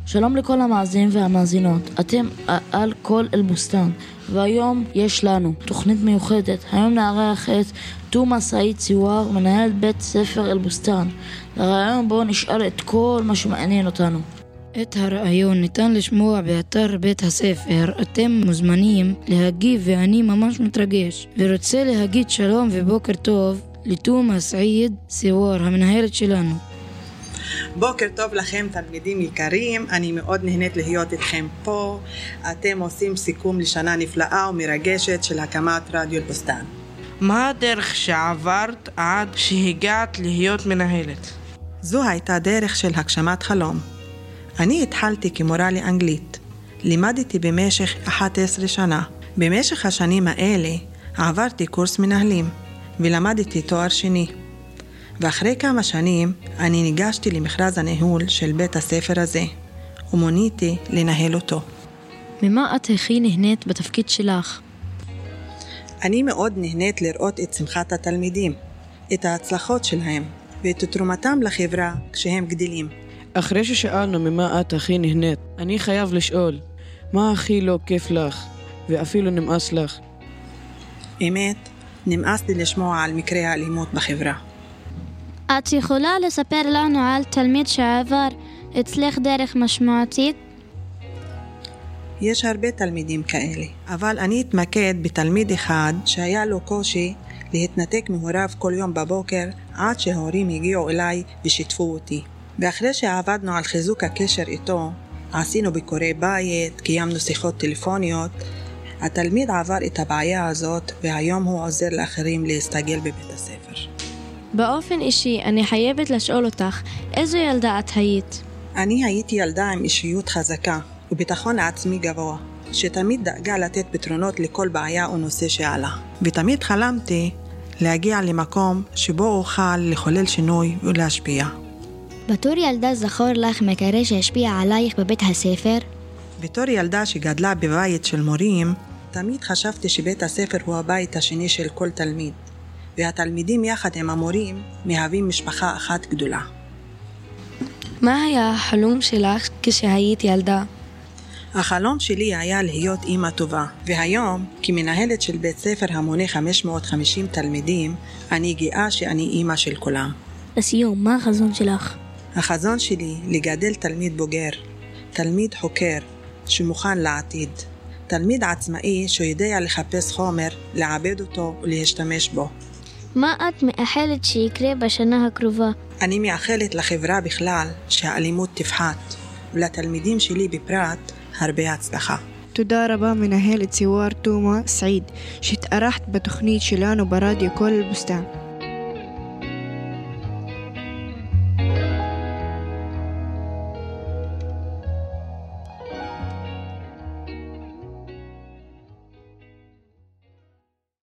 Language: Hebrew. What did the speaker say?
שלום לכל המאזינים והמאזינות, אתם על כל אל-בוסתן, והיום יש לנו תוכנית מיוחדת. היום נארח את תומא סעיד סיואר, מנהלת בית ספר אל-בוסתן. לרעיון בו נשאל את כל מה שמעניין אותנו. את הרעיון ניתן לשמוע באתר בית הספר. אתם מוזמנים להגיב, ואני ממש מתרגש ורוצה להגיד שלום ובוקר טוב לתומא סעיד סיואר, המנהלת שלנו. בוקר טוב לכם תלמידים יקרים, אני מאוד נהנית להיות איתכם פה. אתם עושים סיכום לשנה נפלאה ומרגשת של הקמת רדיו אל-בוסתן. מה הדרך שעברת עד שהגעת להיות מנהלת? זו הייתה דרך של הגשמת חלום. אני התחלתי כמורה לאנגלית. לימדתי במשך 11 שנה. במשך השנים האלה עברתי קורס מנהלים ולמדתי תואר שני. ואחרי כמה שנים אני ניגשתי למכרז הניהול של בית הספר הזה ומוניתי לנהל אותו. ממה את הכי נהנית בתפקיד שלך? אני מאוד נהנית לראות את שמחת התלמידים, את ההצלחות שלהם ואת תרומתם לחברה כשהם גדלים. אחרי ששאלנו ממה את הכי נהנית, אני חייב לשאול, מה הכי לא כיף לך ואפילו נמאס לך? אמת, נמאס לי לשמוע על מקרי האלימות בחברה. את יכולה לספר לנו על תלמיד שעבר אצלך דרך משמעותית? יש הרבה תלמידים כאלה, אבל אני אתמקד בתלמיד אחד שהיה לו קושי להתנתק מהוריו כל יום בבוקר עד שההורים הגיעו אליי ושיתפו אותי. ואחרי שעבדנו על חיזוק הקשר איתו, עשינו ביקורי בית, קיימנו שיחות טלפוניות, התלמיד עבר את הבעיה הזאת והיום הוא עוזר לאחרים להסתגל בבית הספר. באופן אישי, אני חייבת לשאול אותך, איזו ילדה את היית? אני הייתי ילדה עם אישיות חזקה וביטחון עצמי גבוה, שתמיד דאגה לתת פתרונות לכל בעיה או נושא שעלה. ותמיד חלמתי להגיע למקום שבו אוכל לחולל שינוי ולהשפיע. בתור ילדה זכור לך מקרה שהשפיע עלייך בבית הספר? בתור ילדה שגדלה בבית של מורים, תמיד חשבתי שבית הספר הוא הבית השני של כל תלמיד. והתלמידים יחד עם המורים מהווים משפחה אחת גדולה. מה היה החלום שלך כשהיית ילדה? החלום שלי היה להיות אימא טובה, והיום כמנהלת של בית ספר המונה 550 תלמידים, אני גאה שאני אימא של כולם. לסיום, מה החזון שלך? החזון שלי לגדל תלמיד בוגר, תלמיד חוקר שמוכן לעתיד, תלמיד עצמאי שיודע לחפש חומר, לעבד אותו ולהשתמש בו. מה את מאחלת שיקרה בשנה הקרובה? אני מאחלת לחברה בכלל שהאלימות תפחת, ולתלמידים שלי בפרט הרבה הצלחה. תודה רבה מנהלת סיואר תומא סעיד שהתארחת בתוכנית שלנו ברדיו כל אל-בוסתן.